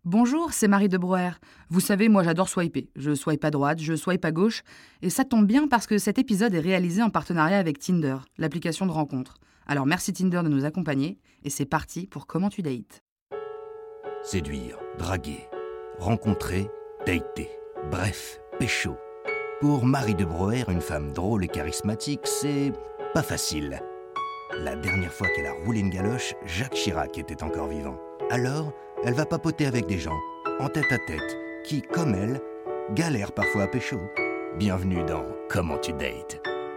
Bonjour, c'est Marie de Broer. Vous savez, moi j'adore swiper. Je swipe à droite, je swipe à gauche. Et ça tombe bien parce que cet épisode est réalisé en partenariat avec Tinder, l'application de rencontre. Alors merci Tinder de nous accompagner. Et c'est parti pour Comment tu dates. Séduire, draguer, rencontrer, dater. Bref, pécho. Pour Marie de Broer, une femme drôle et charismatique, c'est pas facile. La dernière fois qu'elle a roulé une galoche, Jacques Chirac était encore vivant. Alors, elle va papoter avec des gens, en tête à tête, qui, comme elle, galèrent parfois à pécho. Bienvenue dans Comment tu dates.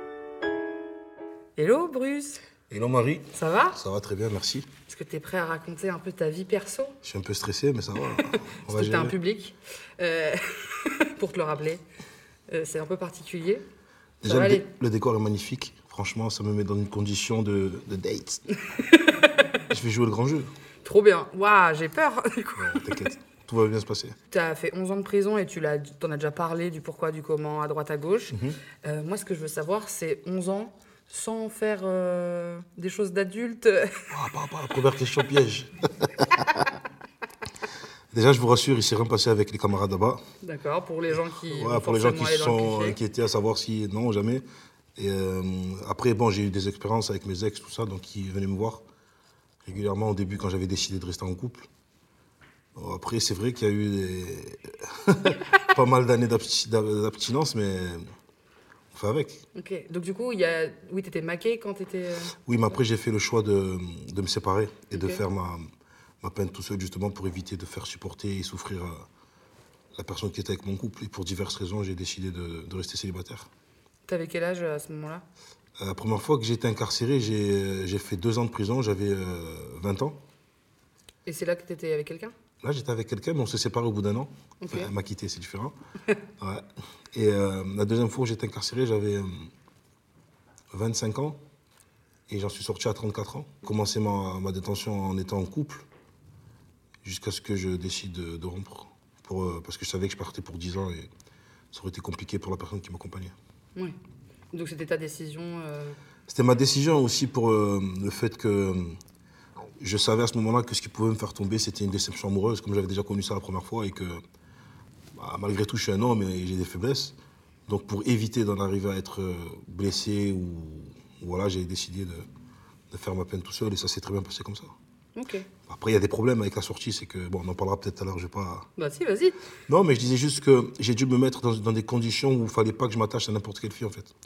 Hello Bruce, Hello Marie, ça va? ça va très bien, merci. Est-ce que t'es prêt à raconter un peu ta vie perso? Je suis un peu stressé, mais ça va. On va Parce que t'es un gérer. public, pour te le rappeler. C'est un peu particulier. Ça Déjà, va aller. le décor est magnifique. Franchement, ça me met dans une condition de date. Je vais jouer le grand jeu. Trop bien. Waouh, j'ai peur. Du coup. Ouais, t'inquiète, tout va bien se passer. T'as fait 11 ans de prison et t'en as déjà parlé du pourquoi, du comment, à droite, à gauche. Moi, ce que je veux savoir, c'est 11 ans sans faire des choses d'adultes. Pas la première question piège. Déjà, je vous rassure, il s'est rien passé avec les camarades là-bas. D'accord, pour les gens qui Ouais, vont pour les gens forcément qui aller se dans le sont cliché. inquiétés à savoir si... Non, jamais. Et après, bon, j'ai eu des expériences avec mes ex, tout ça, donc ils venaient me voir régulièrement au début quand j'avais décidé de rester en couple. Bon, après, c'est vrai qu'il y a eu pas mal d'années d'abstinence, mais on fait avec. Ok, donc du coup, oui, t'étais maquée quand t'étais... Oui, mais après, j'ai fait le choix de me séparer et de Ok. faire ma peine tout seul, justement, pour éviter de faire supporter et souffrir la personne qui était avec mon couple. Et pour diverses raisons, j'ai décidé de rester célibataire. T'avais quel âge à ce moment-là? La première fois que j'ai été incarcéré, j'ai fait 2 ans de prison, j'avais 20 ans. Et c'est là que t'étais avec quelqu'un? Là, j'étais avec quelqu'un, mais on s'est séparés au bout d'1 an. Ok. Enfin, elle m'a quitté, c'est différent. Ouais. Et la deuxième fois où j'étais incarcéré, j'avais 25 ans. Et j'en suis sorti à 34 ans. J'ai commencé ma détention en étant en couple, jusqu'à ce que je décide de rompre. Parce que je savais que je partais pour 10 ans et ça aurait été compliqué pour la personne qui m'accompagnait. Oui. Donc c'était ta décision. C'était ma décision aussi pour le fait que je savais à ce moment-là que ce qui pouvait me faire tomber, c'était une déception amoureuse, comme j'avais déjà connu ça la première fois, et que malgré tout, je suis un homme et j'ai des faiblesses. Donc pour éviter d'en arriver à être blessé, ou voilà, j'ai décidé de faire ma peine tout seul, et ça s'est très bien passé comme ça. Ok. Après, il y a des problèmes avec la sortie, c'est que, bon, on en parlera peut-être tout à l'heure, je vais pas... Bah si, vas-y. Non, mais je disais juste que j'ai dû me mettre dans des conditions où il fallait pas que je m'attache à n'importe quelle fille, en fait.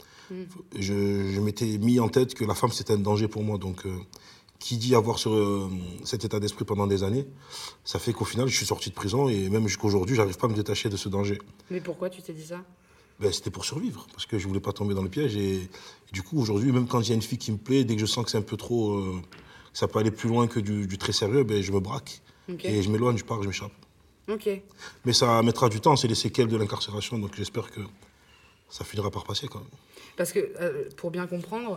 Je m'étais mis en tête que la femme, c'était un danger pour moi. Donc, qui dit avoir cet état d'esprit pendant des années, ça fait qu'au final, je suis sorti de prison et même jusqu'à aujourd'hui, j'arrive pas à me détacher de ce danger. Mais pourquoi tu t'es dit ça? Ben, c'était pour survivre, parce que je voulais pas tomber dans le piège. Et du coup, aujourd'hui, même quand il y a une fille qui me plaît, dès que je sens que c'est un peu trop... ça peut aller plus loin que du très sérieux, ben, je me braque. Ok. Et je m'éloigne, je pars, je m'échappe. Ok. Mais ça mettra du temps, c'est les séquelles de l'incarcération, donc j'espère que ça finira par passer quand même. Parce que, pour bien comprendre,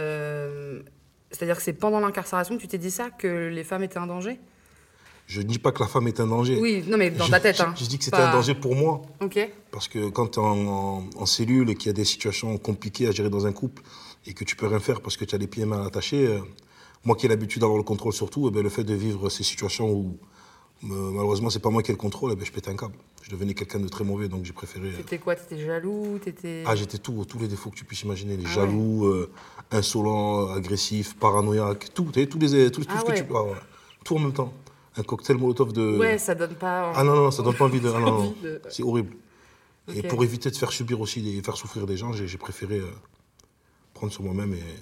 c'est-à-dire que c'est pendant l'incarcération que tu t'es dit ça, que les femmes étaient un danger? Je ne dis pas que la femme est un danger. Oui, non mais dans ta tête, hein. Je dis que c'était Pas- un danger pour moi. Ok. Parce que quand tu es en cellule et qu'il y a des situations compliquées à gérer dans un couple et que tu peux rien faire parce que tu as les pieds et mains attachés, moi qui ai l'habitude d'avoir le contrôle sur tout, eh ben, le fait de vivre ces situations où malheureusement c'est pas moi qui ai le contrôle, eh ben, je pète un câble. Je devenais quelqu'un de très mauvais, donc j'ai préféré... T'étais quoi? T'étais jaloux? T'étais... J'étais tous les défauts que tu puisses imaginer, les Ah jaloux, insolents, agressifs, paranoïaques, tout, tout ce Ah que ouais. tu peux... ouais. Tout en même temps. Un cocktail Molotov de... Ouais, ça donne pas... Ah non, ça donne pas envie de... Ah non, envie non, de- c'est horrible. Et Ok. pour éviter de faire subir aussi, faire souffrir des gens, j'ai préféré prendre sur moi-même et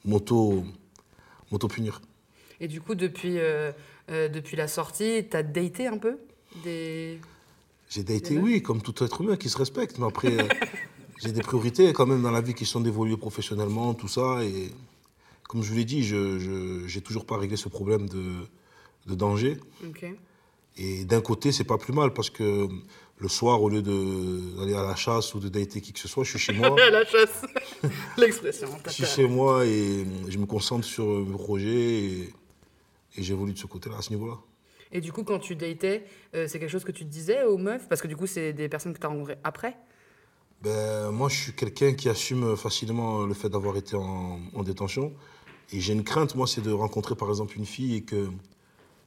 m'auto-punir. Et du coup, depuis la sortie, t'as daté un peu des... J'ai daté, meufs oui, comme tout être humain qui se respecte, mais après, j'ai des priorités quand même dans la vie qui sont d'évoluer professionnellement, tout ça. Et comme je vous l'ai dit, j'ai toujours pas réglé ce problème de danger. Ok. Et d'un côté, c'est pas plus mal parce que le soir, au lieu d'aller à la chasse ou de dater qui que ce soit, je suis chez moi. La chasse. L'expression. Je suis chez moi et je me concentre sur mes projets et j'évolue de ce côté-là, à ce niveau-là. Et du coup, quand tu datais, c'est quelque chose que tu te disais aux meufs? Parce que du coup, c'est des personnes que tu as rencontrées après? Ben, moi, je suis quelqu'un qui assume facilement le fait d'avoir été en détention. Et j'ai une crainte, moi, c'est de rencontrer, par exemple, une fille et que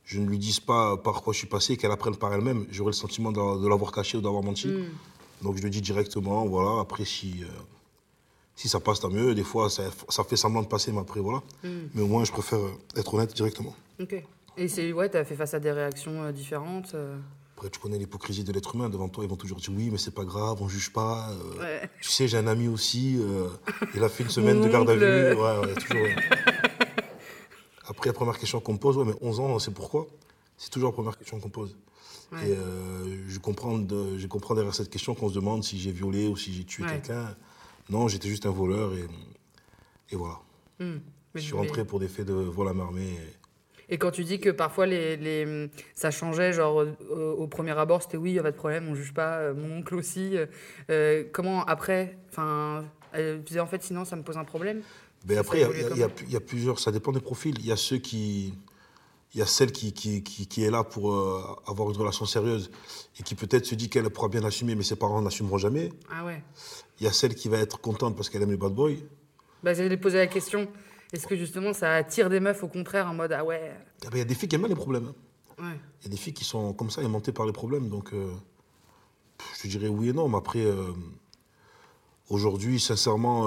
je ne lui dise pas par quoi je suis passé, qu'elle apprenne par elle-même. J'aurais le sentiment de l'avoir caché ou d'avoir menti. Donc je le dis directement, voilà. Après, si ça passe, tant mieux. Des fois, ça fait semblant de passer, mais après, voilà. Mais au moins, je préfère être honnête directement. Ok. Et ouais, t'as fait face à des réactions différentes Après, tu connais l'hypocrisie de l'être humain. Devant toi, ils vont toujours dire oui, mais c'est pas grave, on juge pas. Ouais. Tu sais, j'ai un ami aussi, il a fait une semaine de garde à vue. Ouais, toujours. Après, la première question qu'on me pose, ouais, mais 11 ans, c'est pourquoi? C'est toujours la première question qu'on pose. Ouais. Et je comprends derrière cette question qu'on se demande si j'ai violé ou si j'ai tué quelqu'un. Non, j'étais juste un voleur et voilà. Je suis rentré pour des faits de vol à main armée. Et quand tu dis que parfois ça changeait, genre au premier abord, c'était oui, il n'y a pas de problème, on ne juge pas, mon oncle aussi. Comment après, elle disait en fait, sinon ça me pose un problème. Ben après, il y a plusieurs, ça dépend des profils. Il y a celle qui est là pour avoir une relation sérieuse et qui peut-être se dit qu'elle pourra bien l'assumer, mais ses parents n'assumeront jamais. Ah ouais. Il y a celle qui va être contente parce qu'elle aime les bad boys. Bah, j'allais poser la question. Est-ce que justement ça attire des meufs au contraire en mode ah ouais. Ah ben, il y a des filles qui aiment bien les problèmes. Ouais. Il y a des filles qui sont comme ça, aimantées par les problèmes. Donc, je te dirais oui et non. Mais après, aujourd'hui, sincèrement,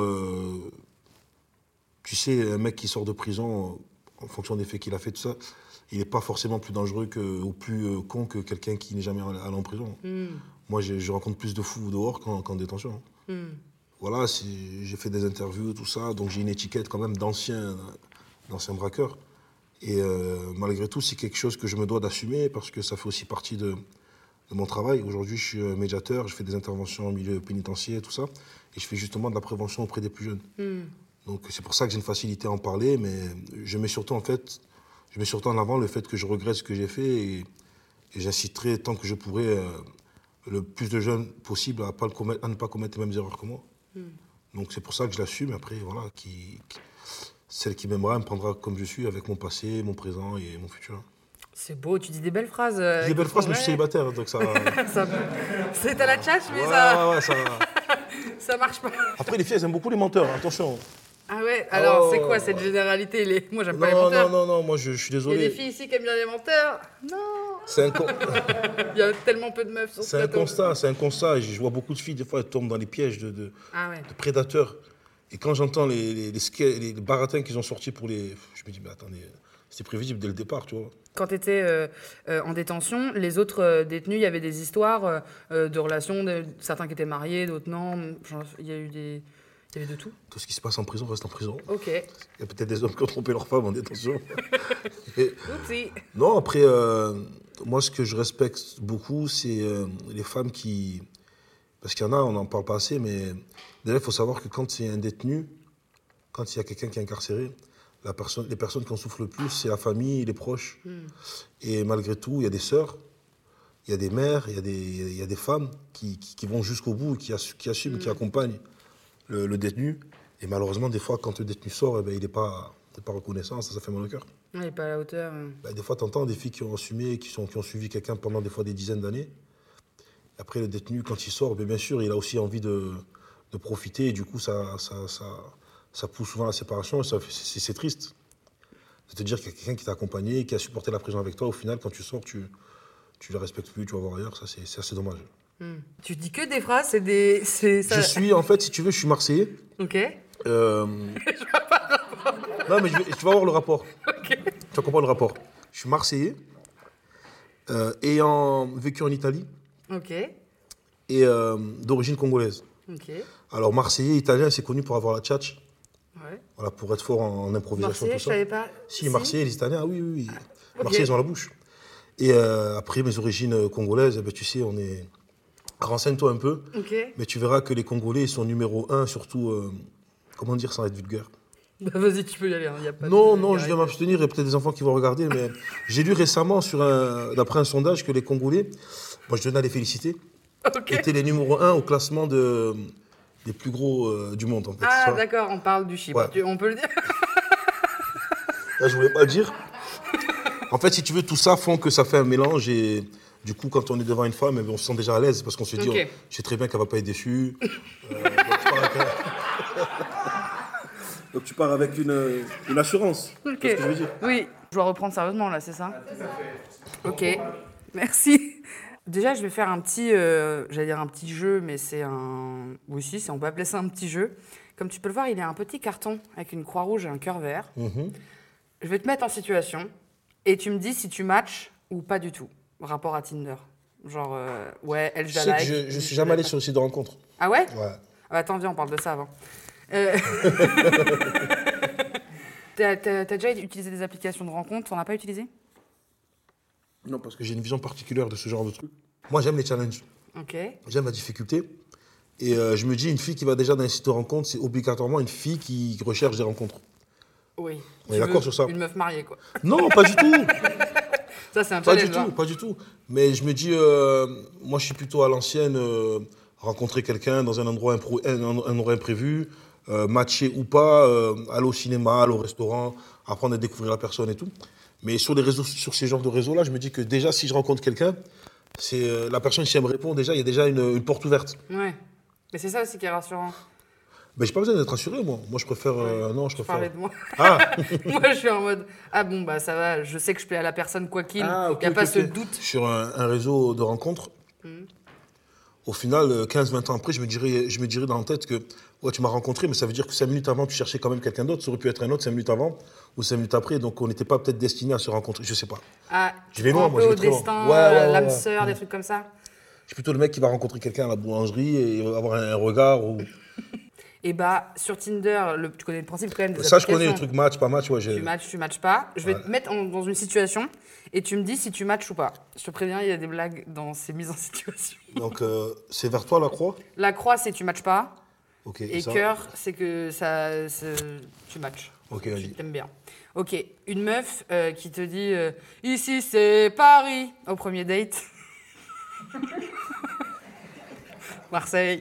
tu sais, un mec qui sort de prison, en fonction des faits qu'il a fait, tout ça, il n'est pas forcément plus dangereux ou plus con que quelqu'un qui n'est jamais allé en prison. Moi, je rencontre plus de fous dehors qu'en détention. Voilà, j'ai fait des interviews, tout ça, donc j'ai une étiquette quand même d'ancien braqueur. Et malgré tout, c'est quelque chose que je me dois d'assumer parce que ça fait aussi partie de mon travail. Aujourd'hui, je suis médiateur, je fais des interventions en milieu pénitentiaire, tout ça, et je fais justement de la prévention auprès des plus jeunes. Donc c'est pour ça que j'ai une facilité à en parler, mais je mets surtout en avant le fait que je regrette ce que j'ai fait et j'inciterai tant que je pourrai le plus de jeunes possible à ne pas commettre les mêmes erreurs que moi. Donc c'est pour ça que je l'assume. Après, voilà, celle qui m'aimera me prendra comme je suis, avec mon passé, mon présent et mon futur. C'est beau, tu dis des belles phrases. Des belles phrases, mais je suis célibataire, donc ça... C'est à la tchatche, mais ouais, ça... ça marche pas. Après, les filles, elles aiment beaucoup les menteurs, attention. Ah ouais, alors c'est quoi cette généralité Moi, j'aime pas les menteurs. Non, moi je suis désolé. Il y a des filles ici qui aiment bien les menteurs. Non. Il y a tellement peu de meufs sur ce plateau. C'est un constat. Je vois beaucoup de filles, des fois, elles tombent dans les pièges de prédateurs. Et quand j'entends les baratins qu'ils ont sortis pour les... Je me dis, mais attendez, c'était prévisible dès le départ, tu vois. Quand tu étais en détention, les autres détenus, il y avait des histoires de relations, certains qui étaient mariés, d'autres non. Il y a eu des... Il y avait de tout. Tout ce qui se passe en prison reste en prison. Ok. Il y a peut-être des hommes qui ont trompé leur femme en détention. Oupsie. Non, après, moi, ce que je respecte beaucoup, c'est les femmes qui... Parce qu'il y en a, on n'en parle pas assez, mais déjà, il faut savoir que quand il y a un détenu, quand il y a quelqu'un qui est incarcéré, les personnes qui en souffrent le plus, c'est la famille, les proches. Et malgré tout, il y a des sœurs, il y a des mères, il y a des femmes qui vont jusqu'au bout, qui assument, qui accompagnent le détenu. Et malheureusement, des fois, quand le détenu sort, il n'est pas reconnaissant, ça fait mal au cœur. Il n'est pas à la hauteur. Des fois, tu entends des filles qui ont assumé, qui ont suivi quelqu'un pendant des fois des dizaines d'années. Après, le détenu, quand il sort, bien sûr, il a aussi envie de profiter. Et du coup, ça pousse souvent à la séparation. C'est triste de te dire qu'il y a quelqu'un qui t'a accompagné, qui a supporté la prison avec toi. Au final, quand tu sors, tu ne le respectes plus, tu vas voir ailleurs. Ça, c'est assez dommage. Tu dis que des phrases, c'est des... Je suis, en fait, si tu veux, je suis marseillais. Ok. Je vois pas le rapport. Non, mais tu vas voir le rapport. Ok. Tu vas comprendre le rapport. Je suis marseillais, ayant vécu en Italie. Ok. Et d'origine congolaise. Ok. Alors, marseillais, italien, c'est connu pour avoir la tchatch. Ouais. Voilà, pour être fort en improvisation, Marseillais, tout ça. je savais pas. Si, Marseillais, les Italiens, ah oui. Ok. Marseillais, ils ont la bouche. Et après, mes origines congolaises, tu sais, on est... Renseigne-toi un peu, mais tu verras que les Congolais sont numéro 1, surtout, comment dire sans être vulgaire. Bah vas-y, tu peux y aller. Y a pas non, je viens m'abstenir, il y a peut-être des enfants qui vont regarder, mais j'ai lu récemment, d'après un sondage, que les Congolais, moi je tenais à les féliciter, étaient les numéro 1 au classement des plus gros du monde. En fait, ah d'accord, on parle du chiffre, ouais. On peut le dire. Là, je voulais pas le dire. En fait, si tu veux, tout ça font que ça fait un mélange et... Du coup, quand on est devant une femme, on se sent déjà à l'aise parce qu'on se dit, je sais très bien qu'elle ne va pas être déçue. Donc tu pars avec une assurance. Okay. C'est ce que je veux dire. Oui. Je dois reprendre sérieusement, là, c'est ça ? Ok, merci. Déjà, je vais faire un petit, j'allais dire un petit jeu, mais c'est un... Oui, si, on peut appeler ça un petit jeu. Comme tu peux le voir, il y a un petit carton avec une croix rouge et un cœur vert. Je vais te mettre en situation et tu me dis si tu matches ou pas du tout, rapport à Tinder. Genre, ouais, elle, je la like. Je suis jamais allé sur le site de rencontre. Ah ouais ? Ouais. Ah, attends, viens, on parle de ça avant. T'as déjà utilisé des applications de rencontre ? T'en as pas utilisé ? Non, parce que j'ai une vision particulière de ce genre de truc. Moi, j'aime les challenges. Ok. J'aime la difficulté. Et je me dis, une fille qui va déjà dans un site de rencontre, c'est obligatoirement une fille qui recherche des rencontres. Oui. On est d'accord sur ça ? Une meuf mariée, quoi. Non, pas du tout. Ça, c'est un Pas challenge. du tout, pas du tout. Mais je me dis, moi, je suis plutôt à l'ancienne, rencontrer quelqu'un dans un endroit imprévu, matcher ou pas, aller au cinéma, aller au restaurant, apprendre à découvrir la personne et tout. Mais sur ces genres de réseaux-là, je me dis que déjà, si je rencontre quelqu'un, c'est la personne, si elle me répond, déjà, il y a déjà une porte ouverte. Ouais. Mais c'est ça aussi qui est rassurant. Mais j'ai pas besoin d'être rassuré, moi. Moi, je préfère... non, je préfère... Parler de moi. Ah. Moi, je suis en mode, ah bon, bah ça va, je sais que je plais à la personne quoi qu'il. Il n'y a pas ce doute. Sur un réseau de rencontres, au final, 15-20 ans après, je me dirais dans la tête que ouais, tu m'as rencontré, mais ça veut dire que 5 minutes avant, tu cherchais quand même quelqu'un d'autre. Ça aurait pu être un autre 5 minutes avant ou 5 minutes après. Donc, on n'était pas peut-être destinés à se rencontrer. Je sais pas. Ah, je vais loin, moi, je au vais très loin. destin, l'âme sœur, des trucs comme ça. Je suis plutôt le mec qui va rencontrer quelqu'un à la boulangerie et avoir un regard ou... Et bah, sur Tinder, tu connais le principe quand même des Ça, applications. je connais le truc match, pas match. Ouais, tu matches pas. Je vais te mettre dans une situation et tu me dis si tu matches ou pas. Je te préviens, il y a des blagues dans ces mises en situation. Donc, c'est vers toi la croix ? La croix, c'est tu matches pas. Ok. Et cœur, c'est que tu matches. Ok, Tu vas-y. t'aimes bien. Ok, une meuf qui te dit ici c'est Paris au premier date. Marseille.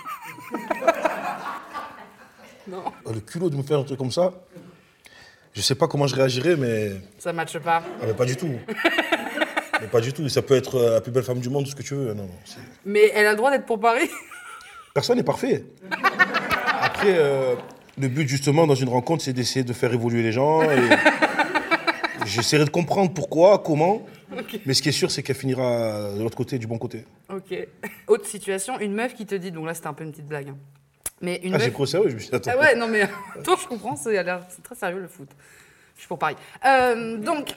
Non, Le culot de me faire un truc comme ça, je sais pas comment je réagirais, mais... ça matche pas. Ah, mais pas du tout. Mais pas du tout. Ça peut être la plus belle femme du monde, tout ce que tu veux. Non. Mais elle a le droit d'être pour Paris. Personne n'est parfait. Après, le but, justement, dans une rencontre, c'est d'essayer de faire évoluer les gens. Et j'essaierai de comprendre pourquoi, comment. Okay. Mais ce qui est sûr, c'est qu'elle finira de l'autre côté, du bon côté. Ok. Autre situation, une meuf qui te dit, donc là c'était un peu une petite blague, hein. Mais une meuf... j'ai pris au sérieux, je me suis dit, attends. Ah ouais, non mais toi je comprends, c'est très sérieux le foot. Je suis pour Paris. Donc,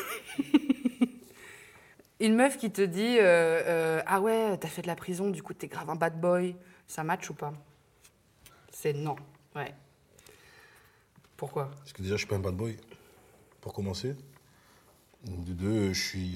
une meuf qui te dit, ah ouais, t'as fait de la prison, du coup t'es grave un bad boy, ça match ou pas ? C'est non, ouais. Pourquoi ? Parce que déjà, je suis pas un bad boy, pour commencer. De deux, je suis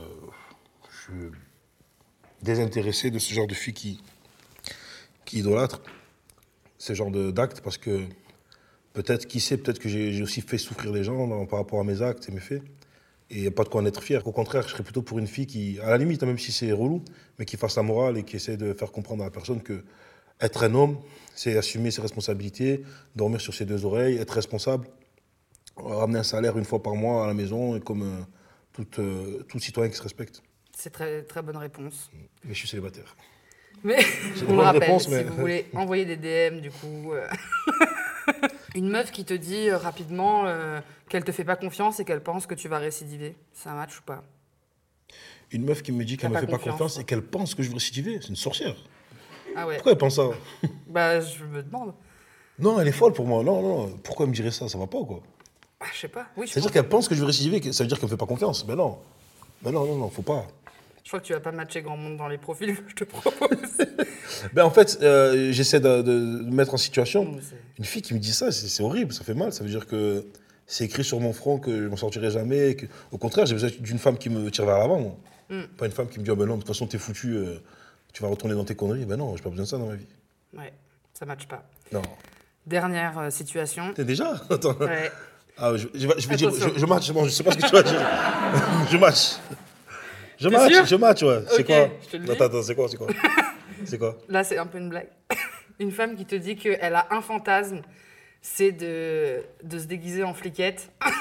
désintéressé de ce genre de filles qui idolâtrent ce genre d'actes, parce que peut-être, qui sait, peut-être que j'ai aussi fait souffrir les gens par rapport à mes actes et mes faits. Et il n'y a pas de quoi en être fier. Au contraire, je serais plutôt pour une fille qui, à la limite, même si c'est relou, mais qui fasse la morale et qui essaie de faire comprendre à la personne que être un homme, c'est assumer ses responsabilités, dormir sur ses deux oreilles, être responsable, ramener un salaire une fois par mois à la maison, et comme tout citoyen qui se respecte. C'est très, très bonne réponse. Mais je suis célibataire. Mais C'est on une le bonne rappelle, réponse, si mais... vous voulez envoyer des DM, du coup... Une meuf qui te dit rapidement qu'elle te fait pas confiance et qu'elle pense que tu vas récidiver. C'est un match ou pas ? Une meuf qui me dit qu'elle me fait pas confiance et qu'elle pense que je vais récidiver, c'est une sorcière. Ah ouais. Pourquoi elle pense ça ? Bah, je me demande. Non, elle est folle pour moi. Non. Pourquoi elle me dirait ça ? Ça va pas ou quoi ? Ah, je sais pas. Oui, C'est-à-dire qu'elle pense que je vais récidiver, ça veut dire qu'elle me fait pas confiance. Ben non. Faut pas. Je crois que tu vas pas matcher grand monde dans les profils que je te propose. Ben en fait, j'essaie de me mettre en situation. Une fille qui me dit ça, c'est horrible, ça fait mal. Ça veut dire que c'est écrit sur mon front que je m'en sortirai jamais. Au contraire, j'ai besoin d'une femme qui me tire vers l'avant, moi. Pas une femme qui me dit, oh ben non, de toute façon, t'es foutu, tu vas retourner dans tes conneries. Ben non, j'ai pas besoin de ça dans ma vie. Ouais, ça matche pas. Non. Dernière situation. T'es déjà ? Attends. Ouais. Ah, je vais dire, je match, bon, je sais pas ce que tu vas dire. Je match. Je match, ouais. C'est quoi ? Attends, c'est quoi C'est quoi ? Là, c'est un peu une blague. Une femme qui te dit qu'elle a un fantasme, c'est de se déguiser en fliquette. Ah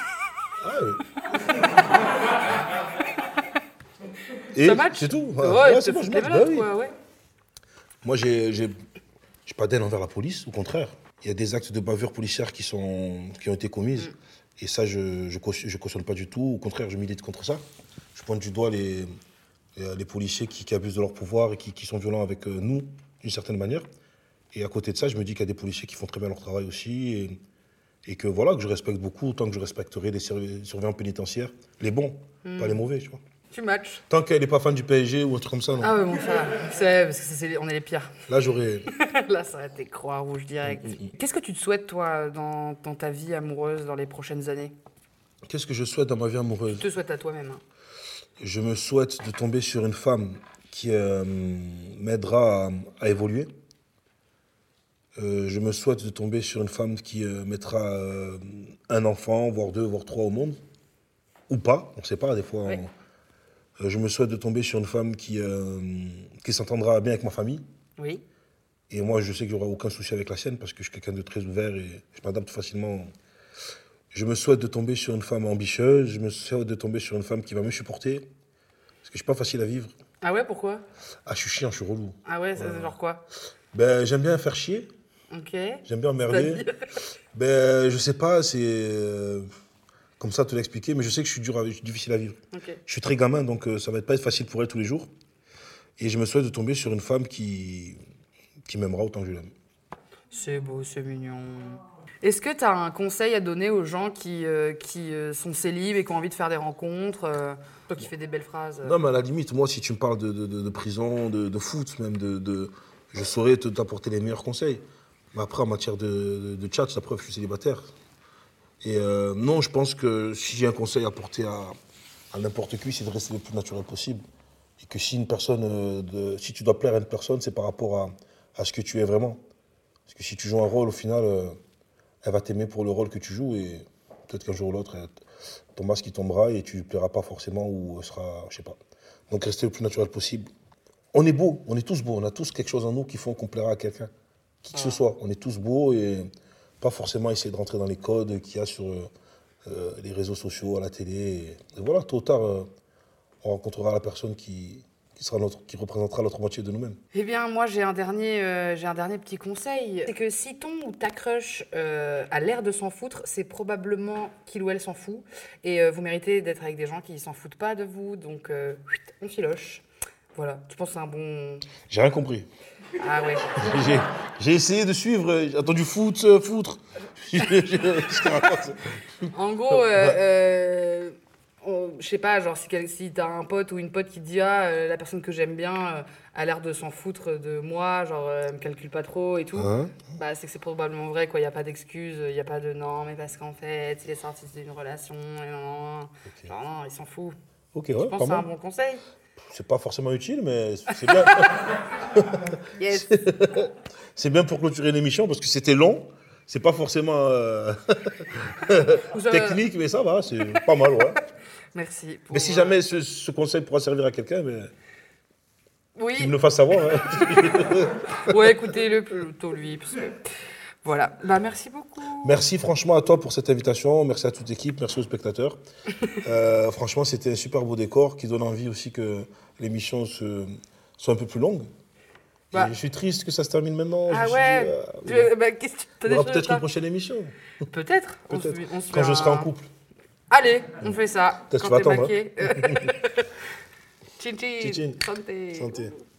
oui. Et ça match ? C'est tout. Ouais, c'est bon, je match. malade, quoi, ouais. Moi, j'ai pas d'haine envers la police, au contraire. Il y a des actes de bavure policière qui ont été commises. Et ça, je ne cautionne pas du tout. Au contraire, je milite contre ça. Je pointe du doigt les policiers qui abusent de leur pouvoir et qui sont violents avec nous, d'une certaine manière. Et à côté de ça, je me dis qu'il y a des policiers qui font très bien leur travail aussi. Et que voilà, que je respecte beaucoup, autant que je respecterai les surveillants pénitentiaires. Les bons, pas les mauvais, tu vois. Tu matches. Tant qu'elle n'est pas fan du PSG ou un truc comme ça, non. Ah ouais, bon, ça va. C'est parce que on est les pires. Là, j'aurais... Là, ça va être Croix-Rouge direct. Qu'est-ce que tu te souhaites, toi, dans ta vie amoureuse dans les prochaines années? Qu'est-ce que je souhaite dans ma vie amoureuse? Tu te souhaites à toi-même. Hein. Je me souhaite de tomber sur une femme qui m'aidera à évoluer. Je me souhaite de tomber sur une femme qui mettra un enfant, voire 2, voire 3 au monde. Ou pas, on ne sait pas, des fois. Oui. Je me souhaite de tomber sur une femme qui s'entendra bien avec ma famille. Oui. Et moi, je sais qu'il n'y aura aucun souci avec la sienne parce que je suis quelqu'un de très ouvert et je m'adapte facilement. Je me souhaite de tomber sur une femme ambitieuse. Je me souhaite de tomber sur une femme qui va me supporter. Parce que je ne suis pas facile à vivre. Ah ouais, pourquoi? Ah, je suis chiant, je suis relou. Ah ouais, c'est genre quoi? Ben, j'aime bien faire chier. Ok. J'aime bien emmerder. Ben, je sais pas, c'est comme ça te l'expliquer, mais je sais que je suis difficile à vivre. Ok. Je suis très gamin, donc ça va pas être facile pour elle tous les jours. Et je me souhaite de tomber sur une femme qui m'aimera autant que je l'aime. C'est beau, c'est mignon. Est-ce que tu as un conseil à donner aux gens qui sont célibes et qui ont envie de faire des rencontres toi qui fais des belles phrases. Non, mais à la limite, moi, si tu me parles de prison, de foot, même, je saurais t'apporter les meilleurs conseils. Mais après, en matière de chat, la preuve, je suis célibataire. Et non, je pense que si j'ai un conseil à apporter à n'importe qui, c'est de rester le plus naturel possible. Et que si si tu dois plaire à une personne, c'est par rapport à ce que tu es vraiment. Parce que si tu joues un rôle, au final, elle va t'aimer pour le rôle que tu joues. Et peut-être qu'un jour ou l'autre, ton masque qui tombera et tu ne plairas pas forcément ou elle sera, je sais pas. Donc rester le plus naturel possible. On est beau, on est tous beaux, on a tous quelque chose en nous qui font qu'on plaira à quelqu'un. Qui que ce soit, on est tous beaux et pas forcément essayer de rentrer dans les codes qu'il y a sur les réseaux sociaux, à la télé. Et voilà, tôt ou tard, on rencontrera la personne qui représentera l'autre moitié de nous-mêmes. Eh bien, moi, j'ai un dernier petit conseil. C'est que si ton ou ta crush a l'air de s'en foutre, c'est probablement qu'il ou elle s'en fout. Et vous méritez d'être avec des gens qui s'en foutent pas de vous. Donc, on filoche. Voilà, tu penses que c'est un bon... J'ai rien compris. Ah ouais. J'ai essayé de suivre, j'ai entendu foutre. Je te raconte. En gros, je sais pas, genre si t'as un pote ou une pote qui te dit la personne que j'aime bien a l'air de s'en foutre de moi, genre elle me calcule pas trop et tout, bah c'est que c'est probablement vrai quoi, y a pas d'excuse, y a pas de non mais parce qu'en fait il est sorti d'une relation et non, okay. Genre non, il s'en fout. Ok, ouais, je pense que c'est un bon conseil. C'est pas forcément utile, mais c'est bien. Yes. C'est bien pour clôturer l'émission parce que c'était long. C'est pas forcément technique, mais ça va, c'est pas mal, ouais. Merci. Mais si jamais ce conseil pourra servir à quelqu'un, mais oui. Qu'il me le fasse savoir. Hein. Ouais, écoutez-le plutôt lui. Parce que... Voilà, bah, merci beaucoup. Merci franchement à toi pour cette invitation, merci à toute l'équipe, merci aux spectateurs. Franchement, c'était un super beau décor qui donne envie aussi que l'émission soit un peu plus longue. Bah. Je suis triste que ça se termine maintenant. Ah il y aura peut-être une prochaine émission. Peut-être. Quand je serai en couple. Allez, on fait ça. Peut-être que tu vas attendre. Chin chin. Santé.